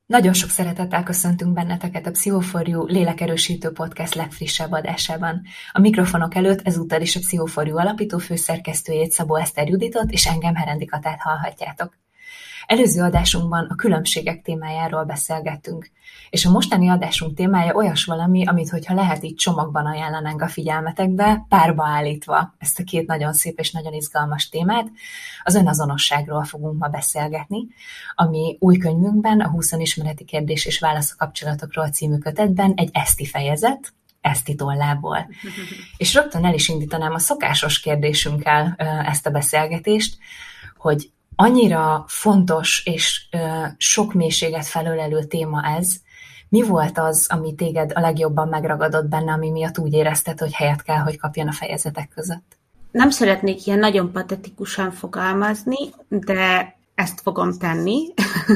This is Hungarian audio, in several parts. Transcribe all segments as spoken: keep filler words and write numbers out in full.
Nagyon sok szeretettel köszöntünk benneteket a Psycho for You lélekerősítő podcast legfrissebb adásában. A mikrofonok előtt ezúttal is a Psycho for You alapító főszerkesztőjét, Szabó Eszter Juditot és engem, Herendi Katát hallhatjátok. Előző adásunkban a különbségek témájáról beszélgettünk, és a mostani adásunk témája olyas valami, amit hogyha lehet így csomagban ajánlanánk a figyelmetekbe, párba állítva ezt a két nagyon szép és nagyon izgalmas témát, az önazonosságról fogunk ma beszélgetni, ami új könyvünkben, a húsz önismereti kérdés és válasz a kapcsolatokról című kötetben egy eszti fejezet, Eszti tollából. És rögtön el is indítanám a szokásos kérdésünkkel ezt a beszélgetést, hogy annyira fontos és ö, sok mélységet felölelő téma ez. Mi volt az, ami téged a legjobban megragadott benne, ami miatt úgy érezted, hogy helyet kell, hogy kapjon a fejezetek között? Nem szeretnék ilyen nagyon patetikusan fogalmazni, de ezt fogom tenni.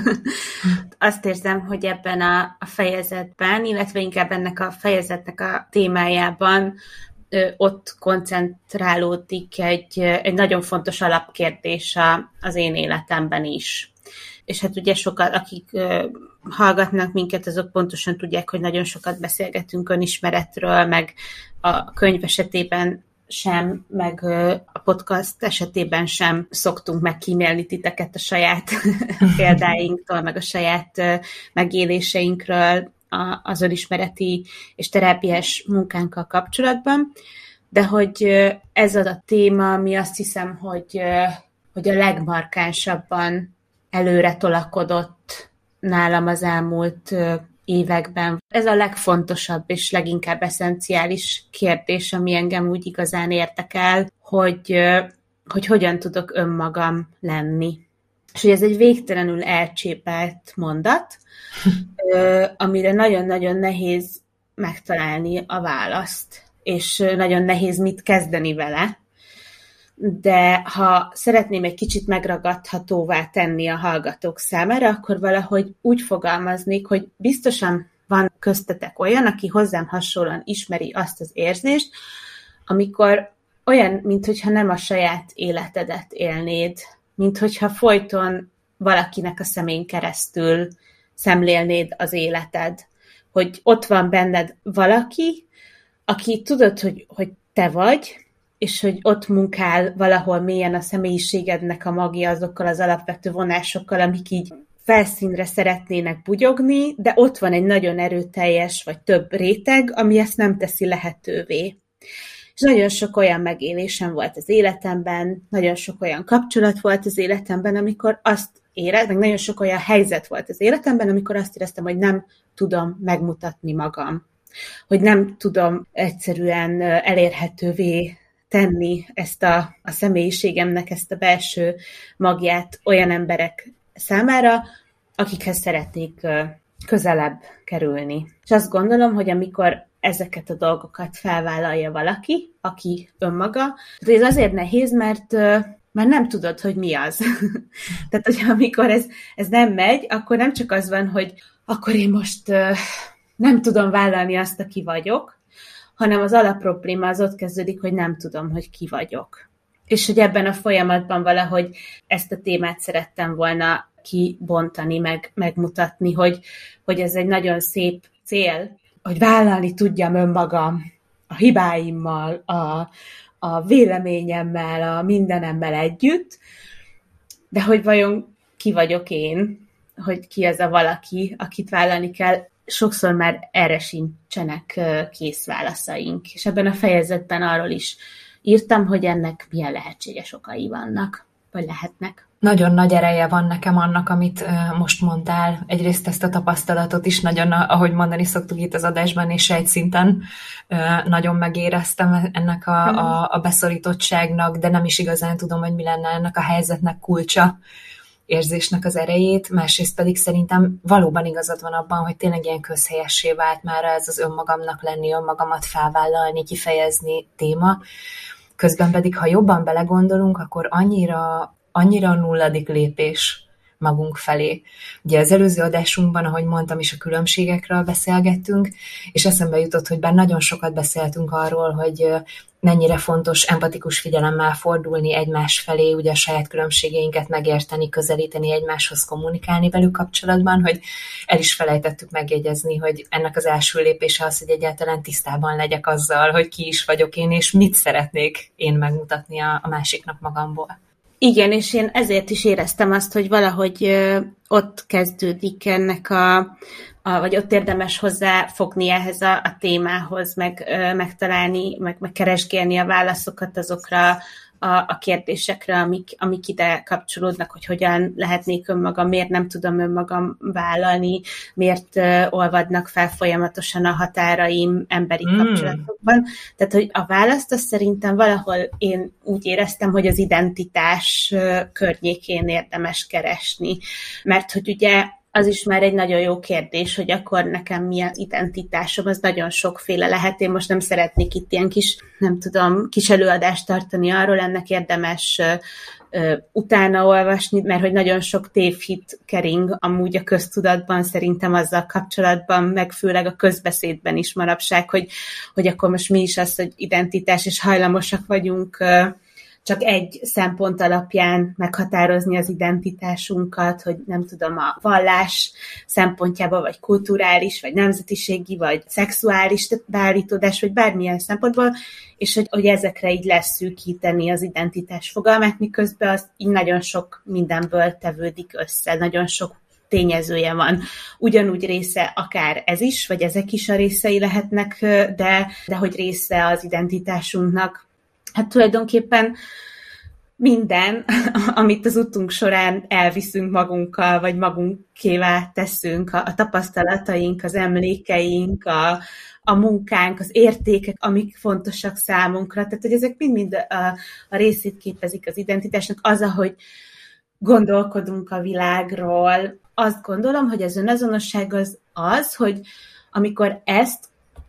Azt érzem, hogy ebben a, a fejezetben, illetve inkább ennek a fejezetnek a témájában ott koncentrálódik egy, egy nagyon fontos alapkérdés az én életemben is. És hát ugye sokat, akik hallgatnak minket, azok pontosan tudják, hogy nagyon sokat beszélgetünk önismeretről, meg a könyv esetében sem, meg a podcast esetében sem szoktunk megkímélni titeket a saját példáinktól, meg a saját megéléseinkről, az önismereti és terápiás munkánkkal kapcsolatban, de hogy ez az a téma, ami azt hiszem, hogy, hogy a legmarkánsabban előre tolakodott nálam az elmúlt években. Ez a legfontosabb és leginkább eszenciális kérdés, ami engem úgy igazán érdekel, hogy, hogy hogyan tudok önmagam lenni. És hogy ez egy végtelenül elcsépelt mondat, amire nagyon-nagyon nehéz megtalálni a választ, és nagyon nehéz mit kezdeni vele, de ha szeretném egy kicsit megragadhatóvá tenni a hallgatók számára, akkor valahogy úgy fogalmaznék, hogy biztosan van köztetek olyan, aki hozzám hasonlóan ismeri azt az érzést, amikor olyan, minthogyha nem a saját életedet élnéd, minthogyha folyton valakinek a szemén keresztül szemlélnéd az életed, hogy ott van benned valaki, aki tudod, hogy, hogy te vagy, és hogy ott munkál valahol mélyen a személyiségednek a magja azokkal az alapvető vonásokkal, amik így felszínre szeretnének bugyogni, de ott van egy nagyon erőteljes, vagy több réteg, ami ezt nem teszi lehetővé. És nagyon sok olyan megélésem volt az életemben, nagyon sok olyan kapcsolat volt az életemben, amikor azt éreztem, meg nagyon sok olyan helyzet volt az életemben, amikor azt éreztem, hogy nem tudom megmutatni magam. Hogy nem tudom egyszerűen elérhetővé tenni ezt a, a személyiségemnek, ezt a belső magját olyan emberek számára, akikhez szeretnék közelebb kerülni. És azt gondolom, hogy amikor ezeket a dolgokat felvállalja valaki, aki önmaga, ez azért nehéz, mert, mert nem tudod, hogy mi az. Tehát, hogy amikor ez, ez nem megy, akkor nem csak az van, hogy akkor én most nem tudom vállalni azt, aki vagyok, hanem az alapprobléma az ott kezdődik, hogy nem tudom, hogy ki vagyok. És hogy ebben a folyamatban valahogy ezt a témát szerettem volna kibontani, meg, megmutatni, hogy, hogy ez egy nagyon szép cél, hogy vállalni tudjam önmagam a hibáimmal, a, a véleményemmel, a mindenemmel együtt, de hogy vajon ki vagyok én, hogy ki az a valaki, akit vállalni kell, sokszor már erre sincsenek kész válaszaink. És ebben a fejezetben arról is írtam, hogy ennek milyen lehetséges okai vannak, vagy lehetnek. Nagyon nagy ereje van nekem annak, amit most mondtál. Egyrészt ezt a tapasztalatot is nagyon, ahogy mondani szoktuk itt az adásban, és sejtszinten nagyon megéreztem ennek a, a, a beszorítottságnak, de nem is igazán tudom, hogy mi lenne ennek a helyzetnek kulcsa, érzésnek az erejét, másrészt pedig szerintem valóban igazad van abban, hogy tényleg ilyen közhelyessé vált már ez az önmagamnak lenni, önmagamat felvállalni, kifejezni téma. Közben pedig, ha jobban belegondolunk, akkor annyira, annyira a nulladik lépés magunk felé. Ugye az előző adásunkban, ahogy mondtam is, a különbségekről beszélgettünk, és eszembe jutott, hogy bár nagyon sokat beszéltünk arról, hogy mennyire fontos empatikus figyelemmel fordulni egymás felé, ugye a saját különbségeinket megérteni, közelíteni egymáshoz, kommunikálni velük kapcsolatban, hogy el is felejtettük megjegyezni, hogy ennek az első lépése az, hogy egyáltalán tisztában legyek azzal, hogy ki is vagyok én, és mit szeretnék én megmutatni a, a másiknak magamból. Igen, és én ezért is éreztem azt, hogy valahogy ott kezdődik ennek a, a vagy ott érdemes hozzáfogni ehhez a, a témához, meg megtalálni, meg, meg keresgélni a válaszokat azokra a, a kérdésekre, amik, amik ide kapcsolódnak, hogy hogyan lehetnék önmagam, miért nem tudom önmagam vállalni, miért uh, olvadnak fel folyamatosan a határaim emberi mm. kapcsolatokban. Tehát, hogy a választ azt szerintem valahol én úgy éreztem, hogy az identitás uh, környékén érdemes keresni. Mert hogy ugye az is már egy nagyon jó kérdés, hogy akkor nekem mi az identitásom, az nagyon sokféle lehet. Én most nem szeretnék itt ilyen kis, nem tudom, kis előadást tartani arról, ennek érdemes ö, ö, utána olvasni, mert hogy nagyon sok tévhit kering amúgy a köztudatban, szerintem azzal kapcsolatban, meg főleg a közbeszédben is manapság, hogy, hogy akkor most mi is az, hogy identitás, és hajlamosak vagyunk ö, csak egy szempont alapján meghatározni az identitásunkat, hogy nem tudom, a vallás szempontjából, vagy kulturális, vagy nemzetiségi, vagy szexuális beállítódás, vagy bármilyen szempontból, és hogy, hogy ezekre így leszűkíteni az identitás fogalmát, miközben az így nagyon sok mindenből tevődik össze, nagyon sok tényezője van. Ugyanúgy része akár ez is, vagy ezek is a részei lehetnek, de, de hogy része az identitásunknak. Hát tulajdonképpen minden, amit az utunk során elviszünk magunkkal, vagy magunkévá teszünk, a, a tapasztalataink, az emlékeink, a, a munkánk, az értékek, amik fontosak számunkra, tehát hogy ezek mind-mind a, a részét képezik az identitásnak, az, ahogy gondolkodunk a világról. Azt gondolom, hogy az önazonosság az az, hogy amikor ezt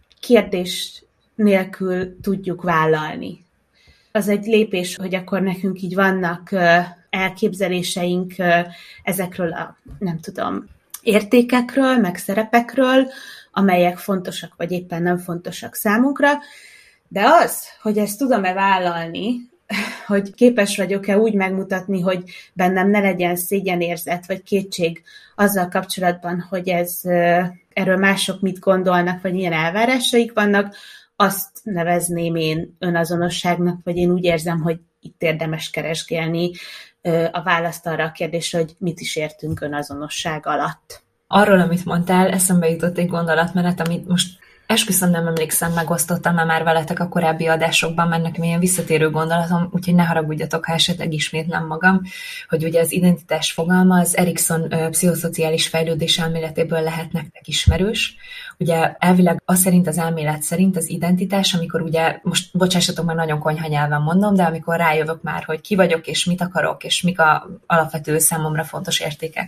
kérdés nélkül tudjuk vállalni. Az egy lépés, hogy akkor nekünk így vannak elképzeléseink ezekről a, nem tudom, értékekről, meg szerepekről, amelyek fontosak, vagy éppen nem fontosak számunkra, de az, hogy ezt tudom-e vállalni, hogy képes vagyok-e úgy megmutatni, hogy bennem ne legyen szégyenérzet, vagy kétség azzal kapcsolatban, hogy ez, erről mások mit gondolnak, vagy milyen elvárásaik vannak, azt nevezném én önazonosságnak, vagy én úgy érzem, hogy itt érdemes keresgélni a választ arra a kérdésre, hogy mit is értünk önazonosság alatt. Arról, amit mondtál, eszembe jutott egy gondolatmenet, amit most esküszöm nem emlékszem, megosztottam már veletek a korábbi adásokban, mert nekem ilyen visszatérő gondolatom, úgyhogy ne haragudjatok, ha esetleg ismétlem magam, hogy ugye az identitás fogalma az Erikson pszichoszociális fejlődés elméletéből lehet nektek ismerős. Ugye elvileg az szerint, az elmélet szerint az identitás, amikor ugye, most bocsássatok, már nagyon konyha nyelven mondom, de amikor rájövök már, hogy ki vagyok, és mit akarok, és mik a alapvető számomra fontos értékek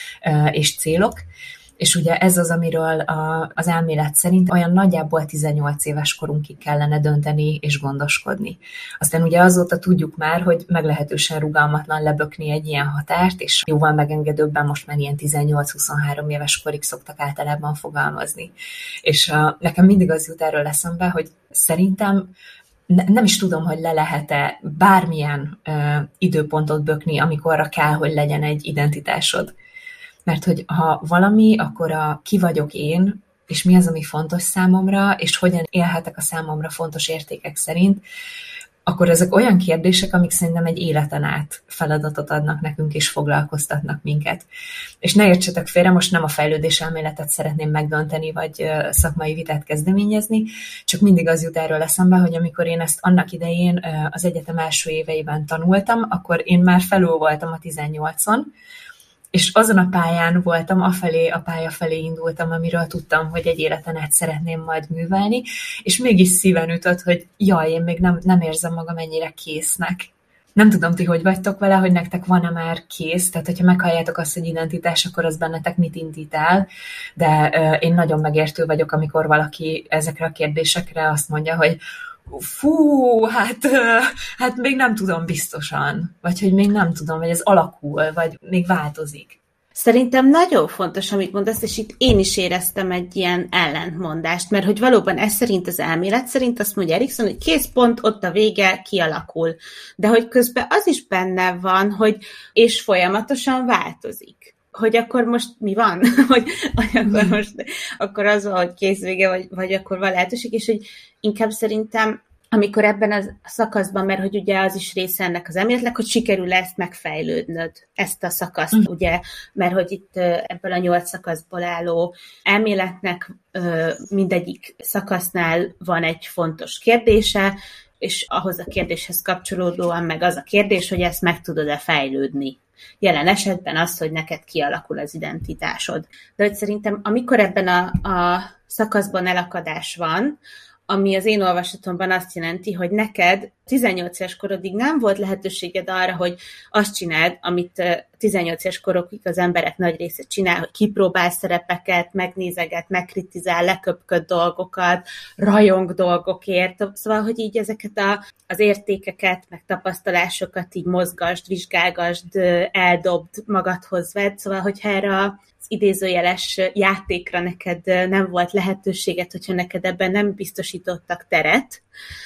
és célok, és ugye ez az, amiről a, az elmélet szerint olyan nagyjából tizennyolc éves korunkig kellene dönteni és gondoskodni. Aztán ugye azóta tudjuk már, hogy meglehetősen rugalmatlan lebökni egy ilyen határt, és jóval megengedőbben most már ilyen tizennyolc-huszonhárom éves korig szoktak általában fogalmazni. És a, nekem mindig az jut erről eszembe, hogy szerintem ne, nem is tudom, hogy le lehet-e bármilyen ö, időpontot bökni, amikorra kell, hogy legyen egy identitásod. Mert hogy ha valami, akkor a ki vagyok én, és mi az, ami fontos számomra, és hogyan élhetek a számomra fontos értékek szerint, akkor ezek olyan kérdések, amik szerintem egy életen át feladatot adnak nekünk, és foglalkoztatnak minket. És ne értsetek félre, most nem a fejlődés elméletet szeretném megdönteni, vagy szakmai vitát kezdeményezni, csak mindig az jut erről eszembe, hogy amikor én ezt annak idején az egyetem első éveiben tanultam, akkor én már felül voltam a tizennyolcon, és azon a pályán voltam, afelé, a pálya felé indultam, amiről tudtam, hogy egy életen át szeretném majd művelni, és mégis szíven ütött, hogy jaj, én még nem, nem érzem magam ennyire késznek. Nem tudom, ti hogy vagytok vele, hogy nektek van-e már kész, tehát hogyha meghalljátok azt, hogy identitás, akkor az bennetek mit indít el, de uh, én nagyon megértő vagyok, amikor valaki ezekre a kérdésekre azt mondja, hogy fú, hát, hát még nem tudom biztosan, vagy hogy még nem tudom, hogy ez alakul, vagy még változik. Szerintem nagyon fontos, amit mondasz, és itt én is éreztem egy ilyen ellentmondást, mert hogy valóban ez szerint az elmélet szerint azt mondja Erikson, hogy kész pont, ott a vége kialakul. De hogy közben az is benne van, hogy és folyamatosan változik. Hogy akkor most mi van? hogy, hogy akkor most akkor az van, hogy kész vége, vagy, vagy akkor van lehetőség, és hogy inkább szerintem amikor ebben a szakaszban, mert hogy ugye az is része ennek az elméletnek, hogy sikerül ezt megfejlődnöd, ezt a szakaszt, mm. ugye, mert hogy itt ebből a nyolc szakaszból álló elméletnek mindegyik szakasznál van egy fontos kérdése, és ahhoz a kérdéshez kapcsolódóan meg az a kérdés, hogy ezt meg tudod-e fejlődni. Jelen esetben az, hogy neked kialakul az identitásod. De hogy szerintem, amikor ebben a, a szakaszban elakadás van, ami az én olvasatomban azt jelenti, hogy neked tizennyolc éves korodig nem volt lehetőséged arra, hogy azt csináld, amit tizennyolc éves korokig az emberek nagy része csinál, hogy kipróbál szerepeket, megnézeget, megkritizál, leköpköd dolgokat, rajong dolgokért. Szóval, hogy így ezeket a, az értékeket, meg tapasztalásokat így mozgasd, vizsgálgasd, eldobd, magadhoz vedd. Szóval, hogyha erre a idézőjeles játékra neked nem volt lehetőséget, hogyha neked ebben nem biztosítottak teret,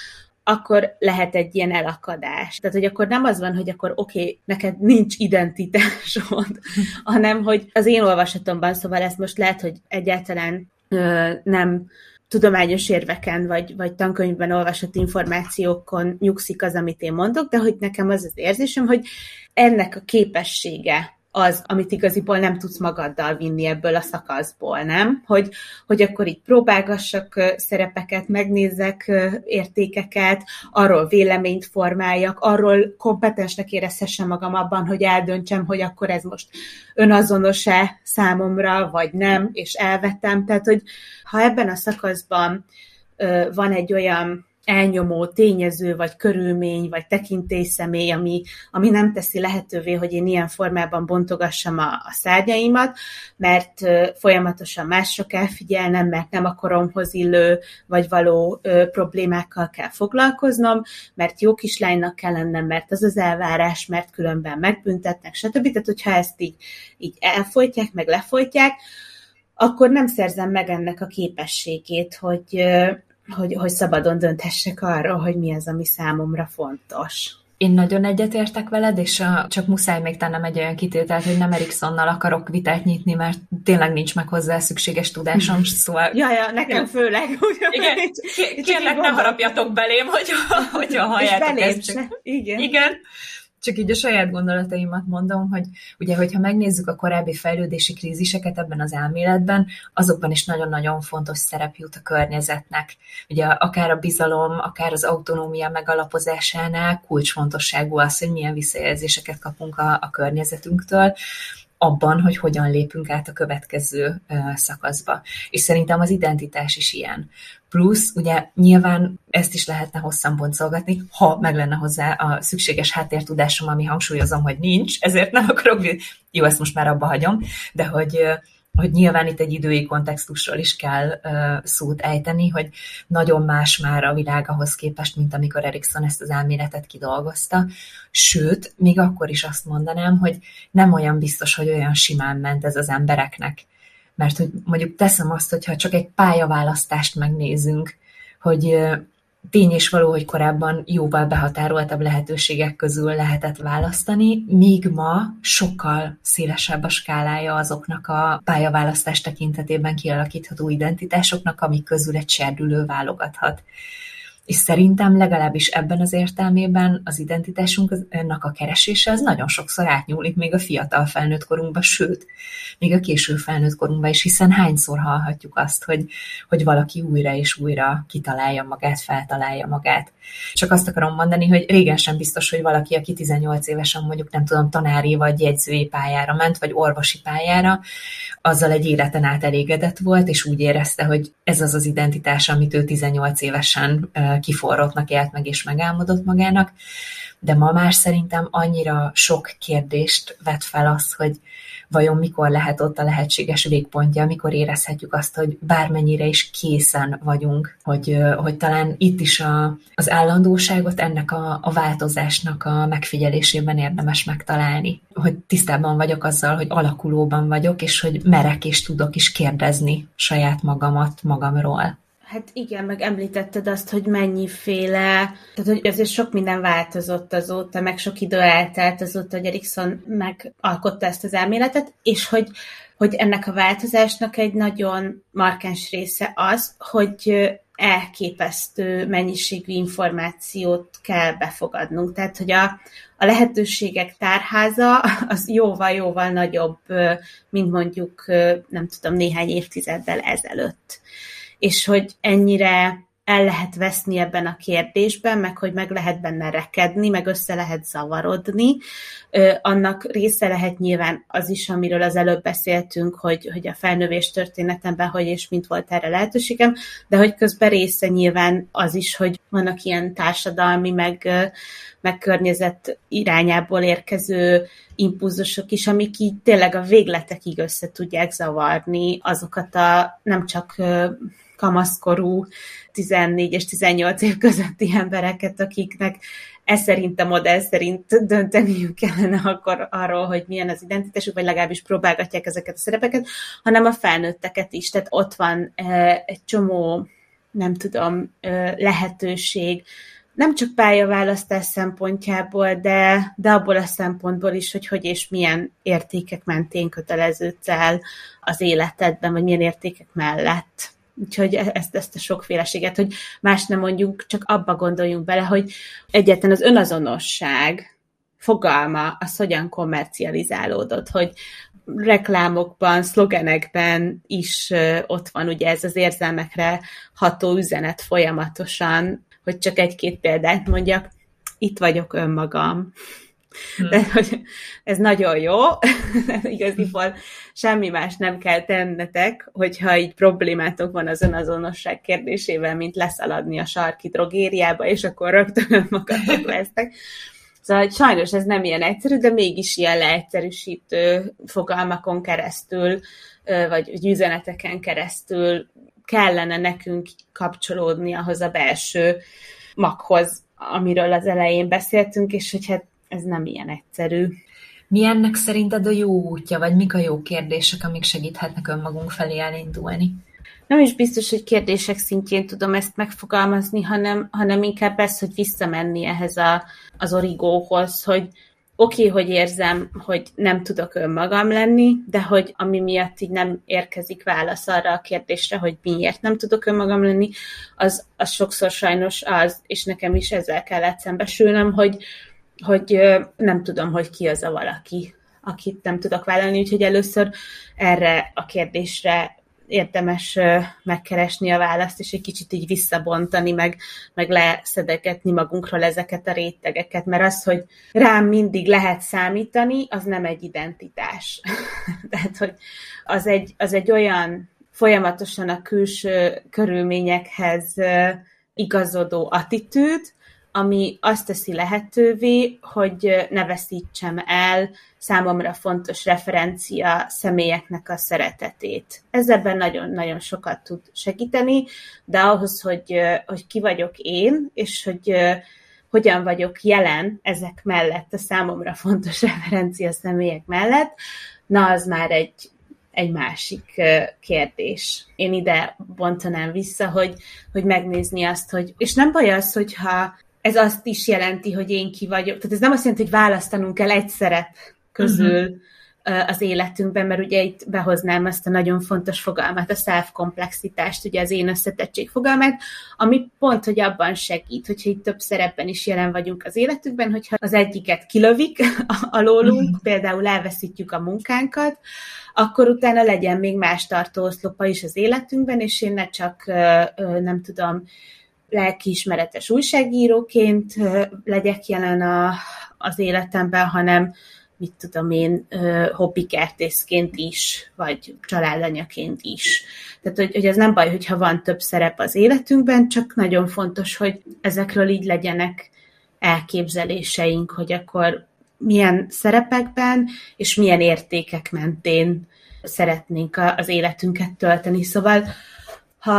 akkor lehet egy ilyen elakadás. Tehát, hogy akkor nem az van, hogy akkor oké, okay, neked nincs identitásod, hanem, hogy az én olvasatomban, szóval ezt most lehet, hogy egyáltalán ö, nem tudományos érveken, vagy, vagy tankönyvben olvasott információkon nyugszik az, amit én mondok, de hogy nekem az az érzésem, hogy ennek a képessége az, amit igaziból nem tudsz magaddal vinni ebből a szakaszból, nem? Hogy, hogy akkor így próbálgassak szerepeket, megnézzek értékeket, arról véleményt formáljak, arról kompetensnek érezhessem magam abban, hogy eldöntsem, hogy akkor ez most önazonos-e számomra, vagy nem, és elvetem. Tehát, hogy ha ebben a szakaszban van egy olyan elnyomó tényező, vagy körülmény, vagy tekintélyszemély, ami, ami nem teszi lehetővé, hogy én ilyen formában bontogassam a, a szárnyaimat, mert ö, folyamatosan másra kell figyelnem, mert nem a koromhoz illő, vagy való ö, problémákkal kell foglalkoznom, mert jó kislánynak kell lennem, mert az az elvárás, mert különben megbüntetnek, stb. Tehát, hogyha ezt így, így elfolytják, meg lefolytják, akkor nem szerzem meg ennek a képességét, hogy ö, Hogy, hogy szabadon dönthessek arról, hogy mi az, ami számomra fontos. Én nagyon egyetértek veled, és a, csak muszáj még tennem egy olyan kitételt, hogy nem Eriksonnal akarok vitát nyitni, mert tényleg nincs meg hozzá szükséges tudásom, szóval... Ja, ja, nekem főleg. Igen, kérlek, ne harapjatok belém, hogyha, hogyha halljátok ezt. Igen. Igen. Csak így a saját gondolataimat mondom, hogy ugye, hogyha megnézzük a korábbi fejlődési kríziseket ebben az elméletben, azokban is nagyon-nagyon fontos szerep jut a környezetnek. Ugye akár a bizalom, akár az autonómia megalapozásánál kulcsfontosságú az, hogy milyen visszajelzéseket kapunk a, a környezetünktől, abban, hogy hogyan lépünk át a következő uh, szakaszba. És szerintem az identitás is ilyen. Plusz, ugye nyilván ezt is lehetne hosszan boncolgatni, ha meg lenne hozzá a szükséges háttértudásom, ami hangsúlyozom, hogy nincs, ezért nem akarok, jó, ezt most már abba hagyom, de hogy, hogy nyilván itt egy idői kontextusról is kell uh, szót ejteni, hogy nagyon más már a világ ahhoz képest, mint amikor Erikson ezt az elméletet kidolgozta. Sőt, még akkor is azt mondanám, hogy nem olyan biztos, hogy olyan simán ment ez az embereknek. Mert hogy mondjuk teszem azt, hogyha csak egy pályaválasztást megnézünk, hogy tény és való, hogy korábban jóval behatároltabb lehetőségek közül lehetett választani, míg ma sokkal szélesebb a skálája azoknak a pályaválasztás tekintetében kialakítható identitásoknak, amik közül egy serdülő válogathat. És szerintem legalábbis ebben az értelmében az identitásunknak a keresése az nagyon sokszor átnyúlik még a fiatal felnőtt korunkba, sőt, még a késő felnőtt korunkba is, hiszen hányszor hallhatjuk azt, hogy, hogy valaki újra és újra kitalálja magát, feltalálja magát. Csak azt akarom mondani, hogy régen sem biztos, hogy valaki, aki tizennyolc évesen mondjuk nem tudom, tanári vagy jegyzői pályára ment, vagy orvosi pályára, azzal egy életen át elégedett volt, és úgy érezte, hogy ez az az identitás, amit ő tizennyolc évesen kiforrottnak élt meg és megálmodott magának, de ma már szerintem annyira sok kérdést vet fel az, hogy vajon mikor lehet ott a lehetséges végpontja, mikor érezhetjük azt, hogy bármennyire is készen vagyunk, hogy, hogy talán itt is a, az állandóságot ennek a, a változásnak a megfigyelésében érdemes megtalálni. Hogy tisztában vagyok azzal, hogy alakulóban vagyok, és hogy merek és tudok is kérdezni saját magamat magamról. Hát igen, meg említetted azt, hogy mennyiféle, tehát hogy azért sok minden változott azóta, meg sok idő eltelt azóta, hogy Erikson megalkotta ezt az elméletet, és hogy, hogy ennek a változásnak egy nagyon markáns része az, hogy elképesztő mennyiségű információt kell befogadnunk. Tehát, hogy a, a lehetőségek tárháza az jóval-jóval nagyobb, mint mondjuk, nem tudom, néhány évtizeddel ezelőtt. És hogy ennyire el lehet veszni ebben a kérdésben, meg hogy meg lehet benne rekedni, meg össze lehet zavarodni. Ö, annak része lehet nyilván az is, amiről az előbb beszéltünk, hogy, hogy a felnövés történetemben hogy és mint volt erre lehetőségem, de hogy közben része nyilván az is, hogy vannak ilyen társadalmi, meg, meg környezet irányából érkező impulzusok is, amik így tényleg a végletekig össze tudják zavarni azokat a nem csak kamaszkorú tizennégy és tizennyolc év közötti embereket, akiknek ez szerint a modell szerint dönteniük kellene akkor arról, hogy milyen az identitásuk, vagy legalábbis próbálgatják ezeket a szerepeket, hanem a felnőtteket is. Tehát ott van egy csomó, nem tudom, lehetőség, nem csak pályaválasztás szempontjából, de, de abból a szempontból is, hogy hogy és milyen értékek mentén köteleződsz el az életedben, vagy milyen értékek mellett. Úgyhogy ezt, ezt a sokféleséget, hogy más nem mondjuk, csak abba gondoljunk bele, hogy egyáltalán az önazonosság fogalma, az hogyan kommercializálódott, hogy reklámokban, szlogenekben is ott van ugye ez az érzelmekre ható üzenet folyamatosan, hogy csak egy-két példát mondjak, itt vagyok önmagam. Hmm. De hogy ez nagyon jó, igaziból semmi más nem kell tennetek, hogyha így problémátok van az önazonosság kérdésével, mint leszaladni a sarki drogériába, és akkor rögtön önmagatok lesztek. Szóval sajnos ez nem ilyen egyszerű, de mégis ilyen leegyszerűsítő fogalmakon keresztül, vagy üzeneteken keresztül kellene nekünk kapcsolódni ahhoz a belső maghoz, amiről az elején beszéltünk, és hogy hát ez nem ilyen egyszerű. Mi ennek szerinted a jó útja, vagy mik a jó kérdések, amik segíthetnek önmagunk felé elindulni? Nem is biztos, hogy kérdések szintjén tudom ezt megfogalmazni, hanem, hanem inkább ez, hogy visszamenni ehhez a, az origóhoz, hogy oké, okay, hogy érzem, hogy nem tudok önmagam lenni, de hogy ami miatt így nem érkezik válasz arra a kérdésre, hogy miért nem tudok önmagam lenni, az, az sokszor sajnos az, és nekem is ezzel kellett szembesülnöm, hogy, hogy nem tudom, hogy ki az a valaki, akit nem tudok vállalni, úgyhogy először erre a kérdésre érdemes megkeresni a választ, és egy kicsit így visszabontani, meg, meg leszedegetni magunkról ezeket a rétegeket, mert az, hogy rám mindig lehet számítani, az nem egy identitás. Tehát, hogy az egy, az egy olyan folyamatosan a külső körülményekhez igazodó attitűd, ami azt teszi lehetővé, hogy ne veszítsem el számomra fontos referencia személyeknek a szeretetét. Ez ebben nagyon-nagyon sokat tud segíteni, de ahhoz, hogy, hogy ki vagyok én, és hogy hogyan vagyok jelen ezek mellett, a számomra fontos referencia személyek mellett, na az már egy, egy másik kérdés. Én ide bontanám vissza, hogy, hogy megnézni azt, hogy, és nem baj az, hogyha ez azt is jelenti, hogy én ki vagyok. Tehát ez nem azt jelenti, hogy választanunk kell egy szerep közül uh-huh. az életünkben, mert ugye itt behoznám ezt a nagyon fontos fogalmat, a self-komplexitást, ugye az én összetettség fogalmát, ami pont, hogy abban segít, hogyha itt több szerepben is jelen vagyunk az életünkben, hogyha az egyiket kilövik alólunk, uh-huh. például elveszítjük a munkánkat, akkor utána legyen még más tartóoszlopa is az életünkben, és én ne csak, nem tudom, lelkiismeretes újságíróként legyek jelen a, az életemben, hanem mit tudom én, hobbikertészként is, vagy családanyaként is. Tehát, hogy, hogy ez nem baj, hogyha van több szerep az életünkben, csak nagyon fontos, hogy ezekről így legyenek elképzeléseink, hogy akkor milyen szerepekben és milyen értékek mentén szeretnénk az életünket tölteni. Szóval, ha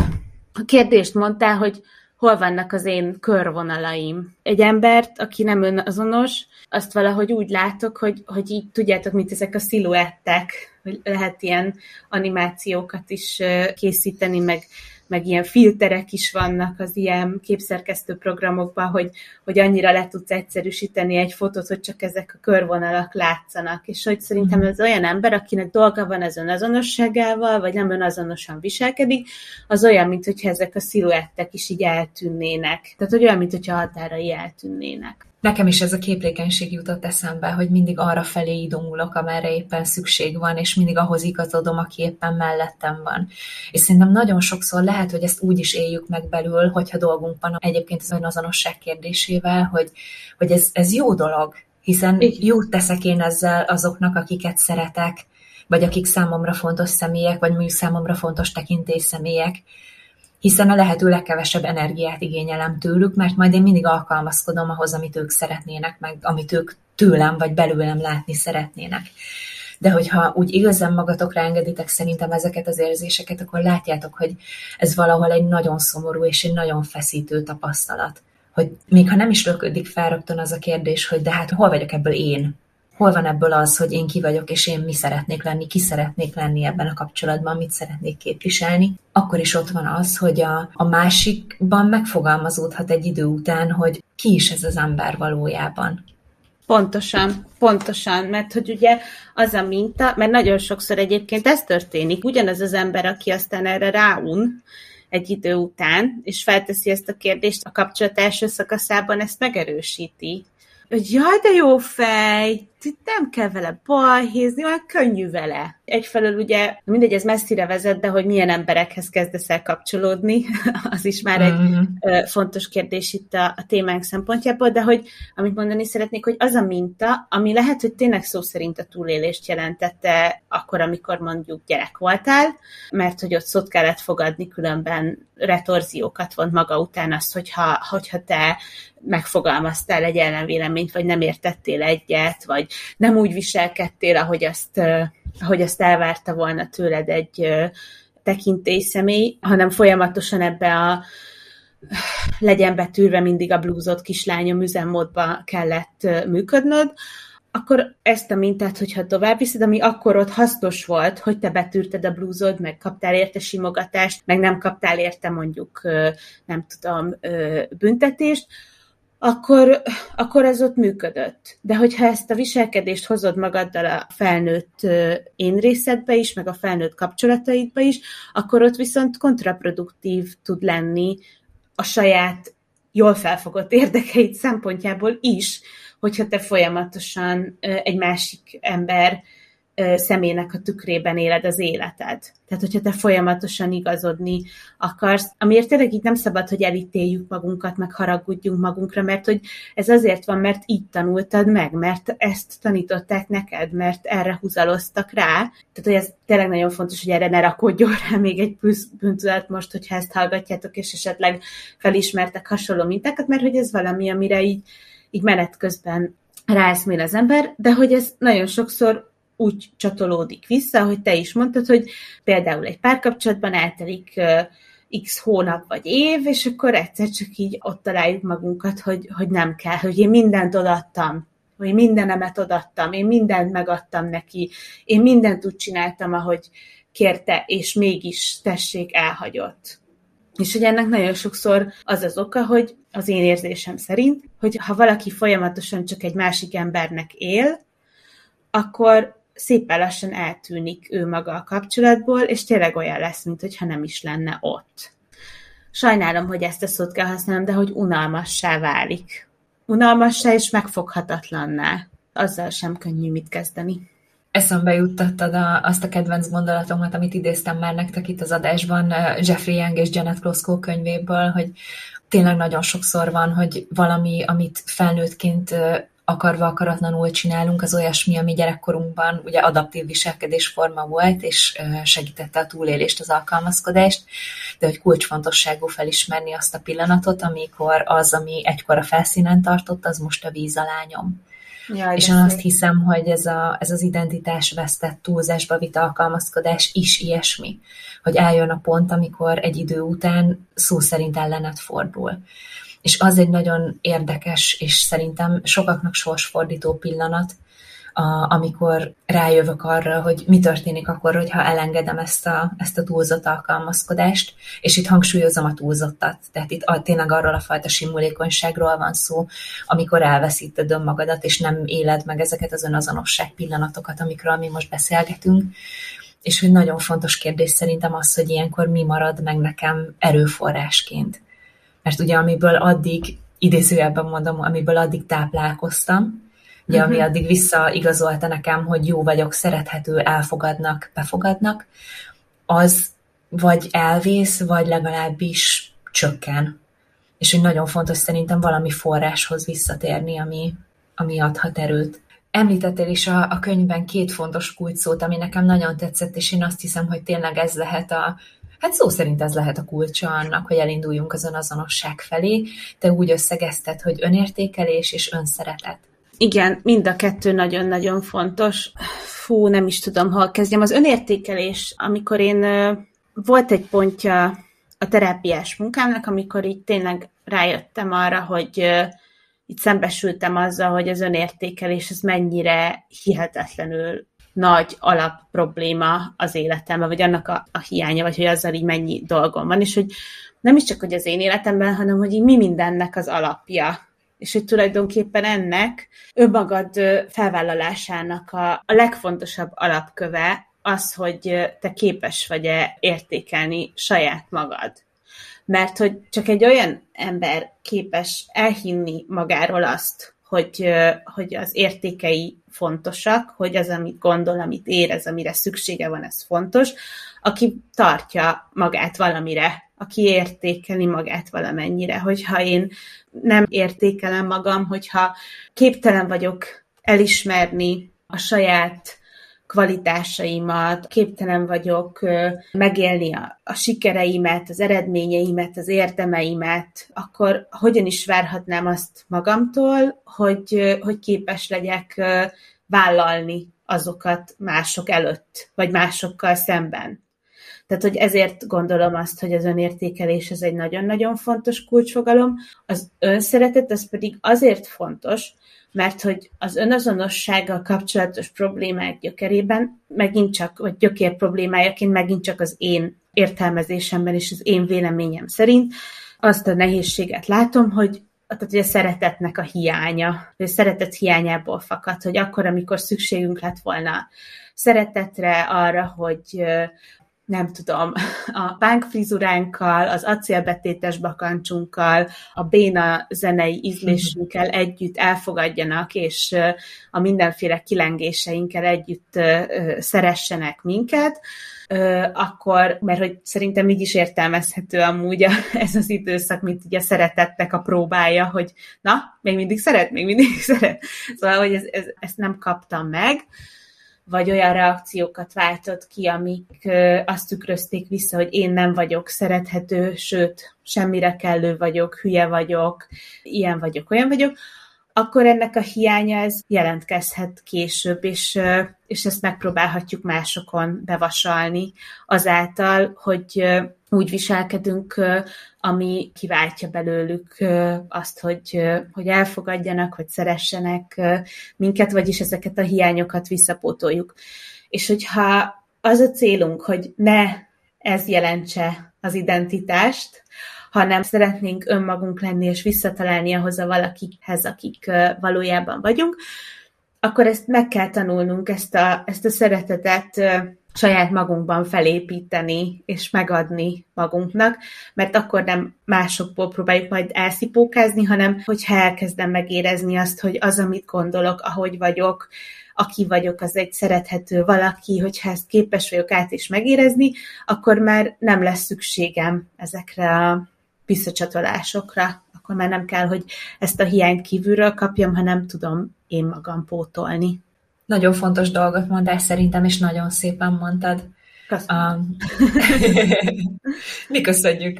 a kérdést mondtál, hogy hol vannak az én körvonalaim. Egy embert, aki nem önazonos, azt valahogy úgy látok, hogy, hogy így tudjátok, mint ezek a sziluettek, hogy lehet ilyen animációkat is készíteni, meg, meg ilyen filterek is vannak az ilyen képszerkesztő programokban, hogy, hogy annyira le tudsz egyszerűsíteni egy fotót, hogy csak ezek a körvonalak látszanak. És hogy szerintem ez olyan ember, akinek dolga van az önazonosságával, vagy nem önazonosan viselkedik, az olyan, mint hogyha ezek a sziluettek is így eltűnnének. Tehát hogy olyan, mint hogyha határai eltűnnének. Nekem is ez a képlékenység jutott eszembe, hogy mindig arra felé idomulok, amerre éppen szükség van, és mindig ahhoz igazodom, aki éppen mellettem van. És szerintem nagyon sokszor lehet, hogy ezt úgy is éljük meg belül, hogyha dolgunk van egyébként az önazonosság kérdésével, hogy, hogy ez, ez jó dolog, hiszen jót teszek én ezzel azoknak, akiket szeretek, vagy akik számomra fontos személyek, vagy mondjuk számomra fontos tekintélyszemélyek, hiszen a lehető legkevesebb energiát igényelem tőlük, mert majd én mindig alkalmazkodom ahhoz, amit ők szeretnének, meg amit ők tőlem vagy belőlem látni szeretnének. De hogyha úgy igazán magatokra engeditek szerintem ezeket az érzéseket, akkor látjátok, hogy ez valahol egy nagyon szomorú és egy nagyon feszítő tapasztalat. Hogy még ha nem is löködik fel rögtön az a kérdés, hogy de hát hol vagyok ebből én? Hol van ebből az, hogy én ki vagyok, és én mi szeretnék lenni, ki szeretnék lenni ebben a kapcsolatban, mit szeretnék képviselni. Akkor is ott van az, hogy a, a másikban megfogalmazódhat egy idő után, hogy ki is ez az ember valójában. Pontosan, pontosan, mert hogy ugye az a minta, mert nagyon sokszor egyébként ez történik, ugyanaz az ember, aki aztán erre ráun egy idő után, és felteszi ezt a kérdést, a kapcsolat első szakaszában ezt megerősíti. Hogy jaj, de jó fej, nem kell vele balhézni, olyan könnyű vele. Egyfelől ugye, mindegy, ez messzire vezet, de hogy milyen emberekhez kezdesz el kapcsolódni, az is már egy mm-hmm. fontos kérdés itt a, a témánk szempontjából, de hogy, amit mondani szeretnék, hogy az a minta, ami lehet, hogy tényleg szó szerint a túlélést jelentette akkor, amikor mondjuk gyerek voltál, mert hogy ott szót kellett fogadni, különben retorziókat vont maga után azt, hogyha, hogyha te megfogalmaztál egy ellenvéleményt, vagy nem értettél egyet, vagy nem úgy viselkedtél, ahogy azt, ahogy azt elvárta volna tőled egy tekintélyszemély, hanem folyamatosan ebbe a legyen betűrve mindig a blúzot kislányom üzemmódba kellett működnöd, akkor ezt a mintát, hogyha tovább viszed, ami akkor ott hasznos volt, hogy te betűrted a blúzod, meg kaptál érte simogatást, meg nem kaptál érte mondjuk, nem tudom, büntetést, akkor, akkor ez ott működött. De hogyha ezt a viselkedést hozod magaddal a felnőtt én részedbe is, meg a felnőtt kapcsolataidba is, akkor ott viszont kontraproduktív tud lenni a saját jól felfogott érdekeid szempontjából is, hogyha te folyamatosan egy másik ember személynek a tükrében éled az életed. Tehát, hogyha te folyamatosan igazodni akarsz, amiért tényleg így nem szabad, hogy elítéljük magunkat, meg haragudjunk magunkra, mert hogy ez azért van, mert így tanultad meg, mert ezt tanították neked, mert erre húzaloztak rá. Tehát, hogy ez tényleg nagyon fontos, hogy erre ne rakodjon rá még egy plusz bűntudat most, hogyha ezt hallgatjátok, és esetleg felismertek hasonló mintákat, mert hogy ez valami, amire így, így menet közben ráeszmél az ember, de hogy ez nagyon sokszor úgy csatolódik vissza, hogy te is mondtad, hogy például egy párkapcsolatban eltelik uh, x hónap vagy év, és akkor egyszer csak így ott találjuk magunkat, hogy, hogy nem kell, hogy én mindent odaadtam, hogy mindenemet odaadtam, én mindent megadtam neki, én mindent úgy csináltam, ahogy kérte, és mégis tessék, elhagyott. És hogy ennek nagyon sokszor az az oka, hogy az én érzésem szerint, hogy ha valaki folyamatosan csak egy másik embernek él, akkor szépen lassan eltűnik ő maga a kapcsolatból, és tényleg olyan lesz, mintha nem is lenne ott. Sajnálom, hogy ezt a szót kell használnom, de hogy unalmassá válik. Unalmassá és megfoghatatlanná. Azzal sem könnyű mit kezdeni. Eszembe juttattad a, azt a kedvenc gondolatomat, amit idéztem már nektek itt az adásban, Jeffrey Young és Janet Klosko könyvéből, hogy tényleg nagyon sokszor van, hogy valami, amit felnőttként akarva akaratlanul csinálunk, az olyasmi, ami gyerekkorunkban ugye adaptív viselkedésforma volt, és segítette a túlélést, az alkalmazkodást, de hogy kulcsfontosságú felismerni azt a pillanatot, amikor az, ami egykor a felszínen tartott, az most a víz alá nyom. Jaj, és én azt hiszem, hogy ez, a, ez az identitásvesztett, túlzásba vitt alkalmazkodás is ilyesmi, hogy eljön a pont, amikor egy idő után szó szerint ellenet fordul. És az egy nagyon érdekes, és szerintem sokaknak sorsfordító pillanat, a, amikor rájövök arra, hogy mi történik akkor, hogyha elengedem ezt a, ezt a túlzott alkalmazkodást, és itt hangsúlyozom a túlzottat. Tehát itt a, tényleg arról a fajta simulékonyságról van szó, amikor elveszíted önmagadat, és nem éled meg ezeket az önazonosság pillanatokat, amikről mi most beszélgetünk. És hogy nagyon fontos kérdés szerintem az, hogy ilyenkor mi marad meg nekem erőforrásként. Mert ugye amiből addig, idézőjelben mondom, amiből addig táplálkoztam, ugye, ami addig visszaigazolta nekem, hogy jó vagyok, szerethető, elfogadnak, befogadnak, az vagy elvész, vagy legalábbis csökken. És hogy nagyon fontos szerintem valami forráshoz visszatérni, ami, ami adhat erőt. Említettél is a, a könyvben két fontos kulcsszót, ami nekem nagyon tetszett, és én azt hiszem, hogy tényleg ez lehet a, hát szó szerint ez lehet a kulcsa annak, hogy elinduljunk az önazonosság felé. Te úgy összegezted, hogy önértékelés és önszeretet. Igen, mind a kettő nagyon-nagyon fontos. Fú, nem is tudom, hol kezdjem. Az önértékelés, amikor én, volt egy pontja a terápiás munkámnak, amikor így tényleg rájöttem arra, hogy itt szembesültem azzal, hogy az önértékelés az mennyire hihetetlenül nagy alapprobléma az életemben, vagy annak a, a hiánya, vagy hogy azzal így mennyi dolgom van, és hogy nem is csak, hogy az én életemben, hanem hogy így mi mindennek az alapja. És hogy tulajdonképpen ennek önmagad felvállalásának a, a legfontosabb alapköve az, hogy te képes vagy-e értékelni saját magad. Mert hogy csak egy olyan ember képes elhinni magáról azt, hogy, hogy az értékei fontosak, hogy az, amit gondol, amit érez, amire szüksége van, ez fontos, aki tartja magát valamire, aki értékeli magát valamennyire. Hogyha én nem értékelem magam, hogyha képtelen vagyok elismerni a saját kvalitásaimat, képtelen vagyok megélni a, a sikereimet, az eredményeimet, az érdemeimet, akkor hogyan is várhatnám azt magamtól, hogy, hogy képes legyek vállalni azokat mások előtt, vagy másokkal szemben. Tehát, hogy ezért gondolom azt, hogy az önértékelés ez egy nagyon-nagyon fontos kulcsfogalom. Az önszeretet az pedig azért fontos, mert hogy az önazonossággal kapcsolatos problémák gyökerében megint csak, vagy gyökér problémájaként megint csak az én értelmezésemben és az én véleményem szerint azt a nehézséget látom, hogy tehát, hogy a szeretetnek a hiánya, vagy a szeretet hiányából fakad, hogy akkor, amikor szükségünk lett volna szeretetre, arra, hogy nem tudom, a pánkfrizuránkkal, az acélbetétes bakancsunkkal, a béna zenei ízlésünkkel együtt elfogadjanak, és a mindenféle kilengéseinkkel együtt szeressenek minket, akkor, mert hogy szerintem így is értelmezhető amúgy a, ez az időszak, mint ugye a szeretetnek a próbája, hogy na, még mindig szeret, még mindig szeret. Szóval, hogy ez, ez, ezt nem kaptam meg, vagy olyan reakciókat váltott ki, amik azt tükrözték vissza, hogy én nem vagyok szerethető, sőt, semmire kellő vagyok, hülye vagyok, ilyen vagyok, olyan vagyok, akkor ennek a hiánya ez jelentkezhet később, és, és ezt megpróbálhatjuk másokon bevasalni azáltal, hogy úgy viselkedünk, ami kiváltja belőlük azt, hogy, hogy elfogadjanak, hogy szeressenek minket, vagyis ezeket a hiányokat visszapótoljuk. És hogyha az a célunk, hogy ne ez jelentse az identitást, hanem szeretnénk önmagunk lenni, és visszatalálni ahhoz a valakihez, akik valójában vagyunk, akkor ezt meg kell tanulnunk, ezt a, ezt a szeretetet saját magunkban felépíteni, és megadni magunknak, mert akkor nem másokból próbáljuk majd elszipókázni, hanem hogyha elkezdem megérezni azt, hogy az, amit gondolok, ahogy vagyok, aki vagyok, az egy szerethető valaki, hogyha ezt képes vagyok át is megérezni, akkor már nem lesz szükségem ezekre a visszacsatolásokra, akkor már nem kell, hogy ezt a hiányt kívülről kapjam, hanem tudom én magam pótolni. Nagyon fontos dolgot mondtál szerintem, és nagyon szépen mondtad. Köszönöm. Um, mi köszönjük.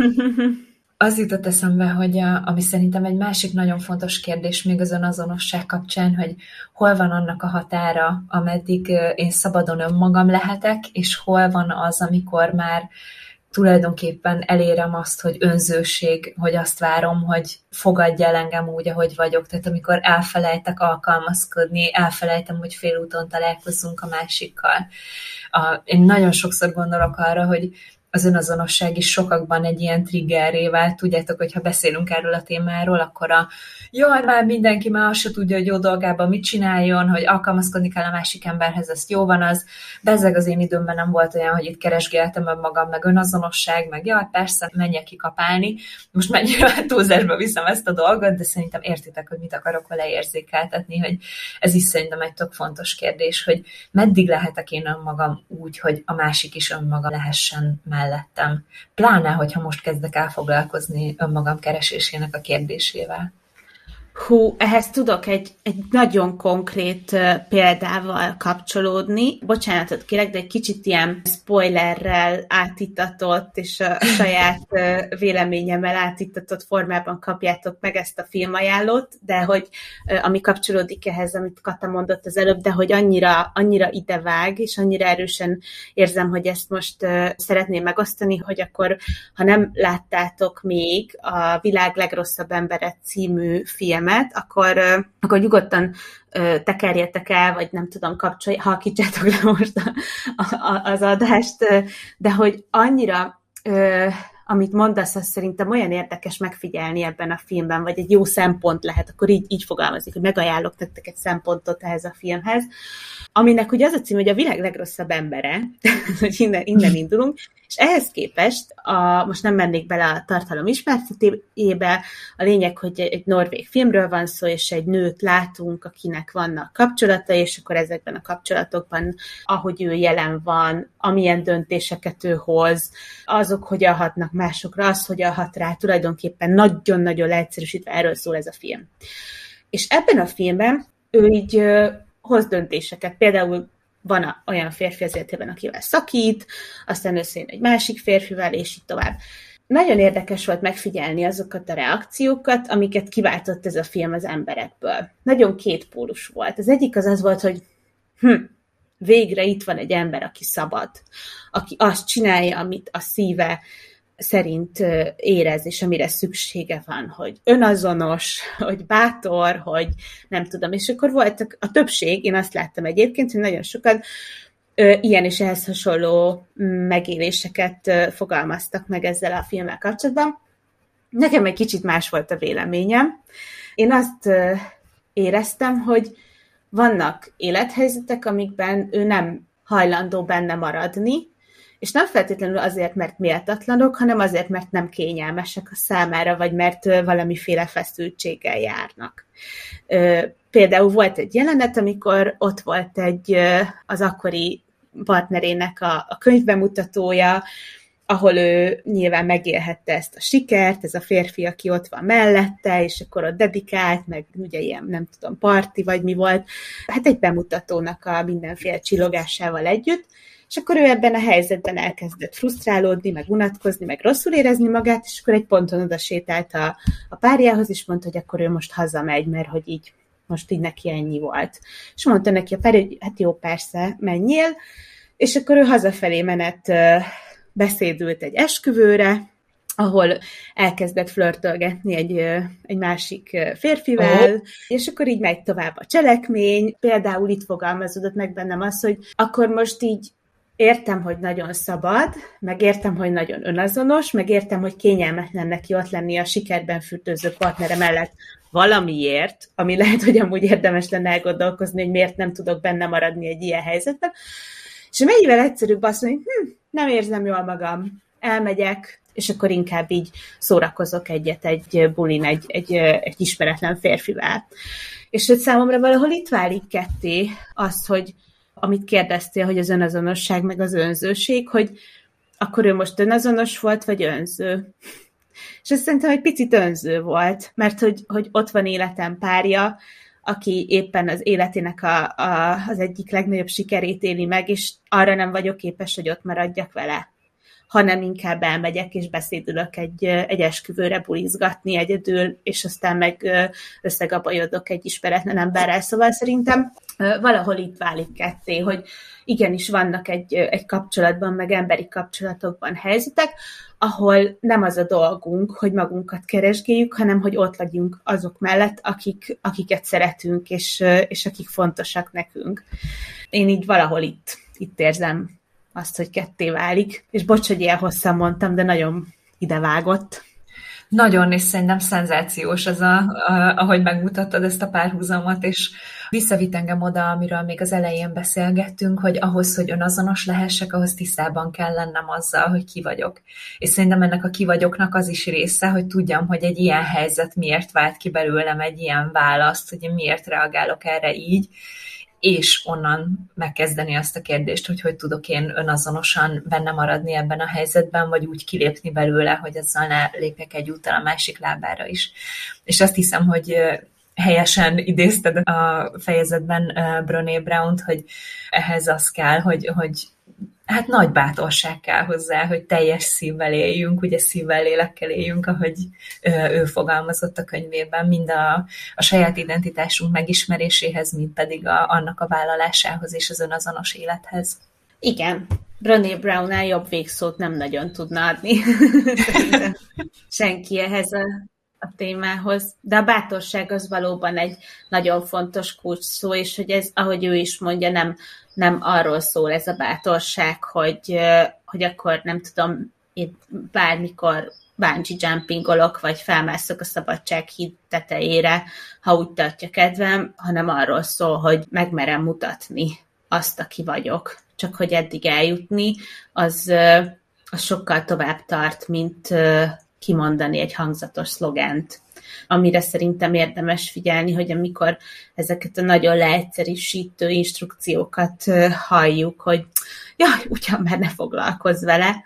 Az jutott eszembe, hogy a, ami szerintem egy másik nagyon fontos kérdés még az önazonosság kapcsán, hogy hol van annak a határa, ameddig én szabadon önmagam lehetek, és hol van az, amikor már tulajdonképpen elérem azt, hogy önzőség, hogy azt várom, hogy fogadj el engem úgy, ahogy vagyok. Tehát amikor elfelejtek alkalmazkodni, elfelejtem, hogy félúton találkozunk a másikkal. A, én nagyon sokszor gondolok arra, hogy az önazonosság is sokakban egy ilyen triggerré vált. Tudjátok, hogyha beszélünk erről a témáról, akkor a jaj, már mindenki már azt se tudja, hogy jó dolgában mit csináljon, hogy alkalmazkodni kell a másik emberhez, ez jó van az. Bezzeg az én időmben nem volt olyan, hogy itt keresgéltem önmagam, meg önazonosság, meg jaj, persze, menjek kikapálni. Most mennyire túlzásba viszem ezt a dolgot, de szerintem értitek, hogy mit akarok vele érzékeltetni, hogy ez is szerintem egy tök fontos kérdés, hogy meddig lehetek én önmagam úgy, hogy a másik is önmaga lehessen mellettem. Pláne, hogyha most kezdek el foglalkozni önmagam keresésének a kérdésével. Hú, ehhez tudok egy, egy nagyon konkrét uh, példával kapcsolódni. Bocsánatot kérek, de egy kicsit ilyen spoilerrel átítatott, és a, a saját uh, véleményemmel átítatott formában kapjátok meg ezt a filmajánlót, de hogy uh, ami kapcsolódik ehhez, amit Kata mondott az előbb, de hogy annyira, annyira idevág, és annyira erősen érzem, hogy ezt most uh, szeretném megosztani, hogy akkor, ha nem láttátok még a Világ legrosszabb embere című film, akkor, akkor nyugodtan tekerjetek el, vagy nem tudom, kapcsolj, halkítsátok le most a, a, az adást, de hogy annyira, amit mondasz, az szerintem olyan érdekes megfigyelni ebben a filmben, vagy egy jó szempont lehet, akkor így, így fogalmazik, hogy megajánlok nektek egy szempontot ehhez a filmhez, aminek ugye az a cím, hogy a világ legrosszabb embere, hogy innen, innen indulunk, és ehhez képest, a, most nem mennék bele a tartalom ismertetébe, a lényeg, hogy egy norvég filmről van szó, és egy nőt látunk, akinek vannak kapcsolatai, és akkor ezekben a kapcsolatokban, ahogy ő jelen van, amilyen döntéseket ő hoz, azok hogyan hatnak másokra, az hogyan hat rá, tulajdonképpen nagyon-nagyon leegyszerűsítve erről szól ez a film. És ebben a filmben ő így hoz döntéseket. Például van a, olyan férfi az életében, akivel szakít, aztán összejön egy másik férfivel, és így tovább. Nagyon érdekes volt megfigyelni azokat a reakciókat, amiket kiváltott ez a film az emberekből. Nagyon kétpólus volt. Az egyik az az volt, hogy hm, végre itt van egy ember, aki szabad, aki azt csinálja, amit a szíve szerint érez, és amire szüksége van, hogy önazonos, hogy bátor, hogy nem tudom. És akkor volt a többség, én azt láttam egyébként, hogy nagyon sokan ilyen és ehhez hasonló megéléseket fogalmaztak meg ezzel a filmmel kapcsolatban. Nekem egy kicsit más volt a véleményem. Én azt éreztem, hogy vannak élethelyzetek, amikben ő nem hajlandó benne maradni, és nem feltétlenül azért, mert méltatlanok, hanem azért, mert nem kényelmesek a számára, vagy mert valamiféle feszültséggel járnak. Például volt egy jelenet, amikor ott volt egy az akkori partnerének a, a könyvbemutatója, ahol ő nyilván megélhette ezt a sikert, ez a férfi, aki ott van mellette, és akkor ott dedikált, meg ugye ilyen, nem tudom, parti vagy mi volt, hát egy bemutatónak a mindenféle csillogásával együtt, és akkor ő ebben a helyzetben elkezdett frusztrálódni, meg unatkozni, meg rosszul érezni magát, és akkor egy ponton oda sétált a, a párjához, és mondta, hogy akkor ő most hazamegy, mert hogy így most így neki ennyi volt. És mondta neki a párja, hogy hát jó, persze, menjél, és akkor ő hazafelé menet beszédült egy esküvőre, ahol elkezdett flörtölgetni egy, egy másik férfivel, oh. és akkor így megy tovább a cselekmény. Például itt fogalmazódott meg bennem az, hogy akkor most így értem, hogy nagyon szabad, meg értem, hogy nagyon önazonos, meg értem, hogy kényelmetlen neki ott lenni a sikerben fürdőző partnere mellett valamiért, ami lehet, hogy amúgy érdemes lenne elgondolkozni, hogy miért nem tudok benne maradni egy ilyen helyzetben. És mennyivel egyszerűbb azt mondani, hm, nem érzem jól magam, elmegyek, és akkor inkább így szórakozok egyet egy bulin, egy, egy, egy ismeretlen férfivel. És hogy számomra valahol itt válik ketté az, hogy amit kérdeztél, hogy az önazonosság meg az önzőség, hogy akkor ő most önazonos volt, vagy önző. És ez szerintem egy picit önző volt, mert hogy, hogy ott van életem párja, aki éppen az életének a, a, az egyik legnagyobb sikerét éli meg, és arra nem vagyok képes, hogy ott maradjak vele, hanem inkább elmegyek, és beszédülök egy, egy esküvőre bulizgatni egyedül, és aztán meg összegabajodok egy ismeretlen emberrel. Szóval szerintem valahol itt válik ketté, hogy igenis vannak egy, egy kapcsolatban, meg emberi kapcsolatokban helyzetek, ahol nem az a dolgunk, hogy magunkat keresgéljük, hanem hogy ott legyünk azok mellett, akik, akiket szeretünk, és, és akik fontosak nekünk. Én így valahol itt, itt érzem azt, hogy ketté válik. És bocs, hogy ilyen hosszan mondtam, de nagyon idevágott. Nagyon, és szerintem szenzációs az, a, a, ahogy megmutattad ezt a párhuzamot, és visszavitt engem oda, amiről még az elején beszélgettünk, hogy ahhoz, hogy önazonos lehessek, ahhoz tisztában kell lennem azzal, hogy ki vagyok. És szerintem ennek a ki vagyoknak az is része, hogy tudjam, hogy egy ilyen helyzet miért vált ki belőlem egy ilyen választ, hogy én miért reagálok erre így, és onnan megkezdeni azt a kérdést, hogy hogy tudok én önazonosan benne maradni ebben a helyzetben, vagy úgy kilépni belőle, hogy azzal ne lépjek egy úttal a másik lábára is. És azt hiszem, hogy helyesen idézted a fejezetben Brené Brownt, hogy ehhez az kell, hogy, hogy hát nagy bátorság kell hozzá, hogy teljes szívvel éljünk, ugye szívvel, lélekkel éljünk, ahogy ő fogalmazott a könyvében, mind a, a saját identitásunk megismeréséhez, mind pedig a, annak a vállalásához és az önazonos élethez. Igen, Brené Brownnál jobb végszót nem nagyon tudna adni. Szerintem senki ehhez a, a témához. De a bátorság az valóban egy nagyon fontos kulcs szó, és hogy ez, ahogy ő is mondja, nem nem arról szól ez a bátorság, hogy, hogy akkor nem tudom, én bármikor bungee jumpingolok, vagy felmászok a Szabadsághíd tetejére, ha úgy tartja kedvem, hanem arról szól, hogy megmerem mutatni azt, aki vagyok. Csak hogy eddig eljutni, az, az sokkal tovább tart, mint kimondani egy hangzatos szlogent. Amire szerintem érdemes figyelni, hogy amikor ezeket a nagyon leegyszerűsítő instrukciókat halljuk, hogy jaj, ugyan már ne foglalkozz vele,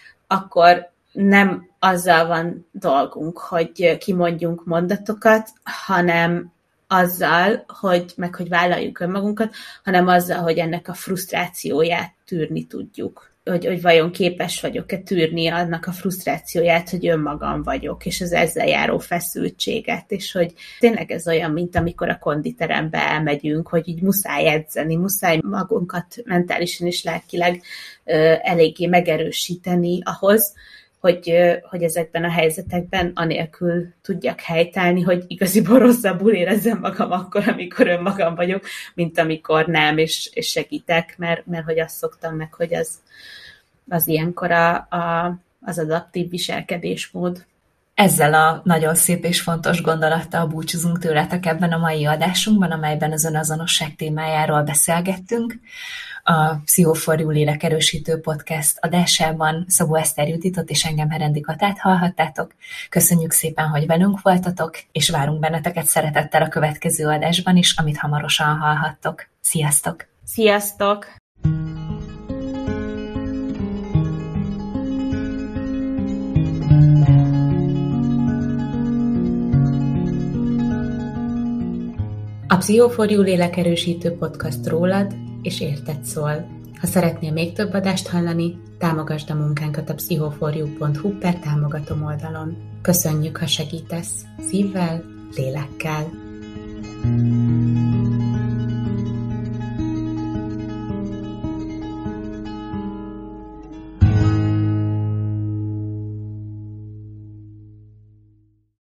akkor nem azzal van dolgunk, hogy kimondjunk mondatokat, hanem azzal, hogy meg hogy vállaljuk önmagunkat, hanem azzal, hogy ennek a frusztrációját tűrni tudjuk. Hogy, hogy vajon képes vagyok-e tűrni annak a frusztrációját, hogy önmagam vagyok, és az ezzel járó feszültséget, és hogy tényleg ez olyan, mint amikor a konditerembe elmegyünk, hogy így muszáj edzeni, muszáj magunkat mentálisan és lelkileg ö, eléggé megerősíteni ahhoz, hogy, ö, hogy ezekben a helyzetekben anélkül tudjak helytállni, hogy igaziból rosszabbul érezzem magam akkor, amikor önmagam vagyok, mint amikor nem, és, és segítek, mert, mert hogy azt szoktam meg, hogy az az ilyenkor a, a, az adaptív viselkedésmód. Ezzel a nagyon szép és fontos gondolattal búcsúzunk tőletek ebben a mai adásunkban, amelyben az önazonosság témájáról beszélgettünk. A Pszicho for You lélekerősítő podcast adásában Szabó Eszter Juditot és engem Herendi Katát hallhattátok. Köszönjük szépen, hogy velünk voltatok, és várunk benneteket szeretettel a következő adásban is, amit hamarosan hallhattok. Sziasztok! Sziasztok! A Pszicho for You lélekerősítő podcast rólad és érted szól. Ha szeretnél még több adást hallani, támogasd a munkánkat a pszichoforyu pont hu per támogatom oldalon. Köszönjük, ha segítesz szívvel, lélekkel.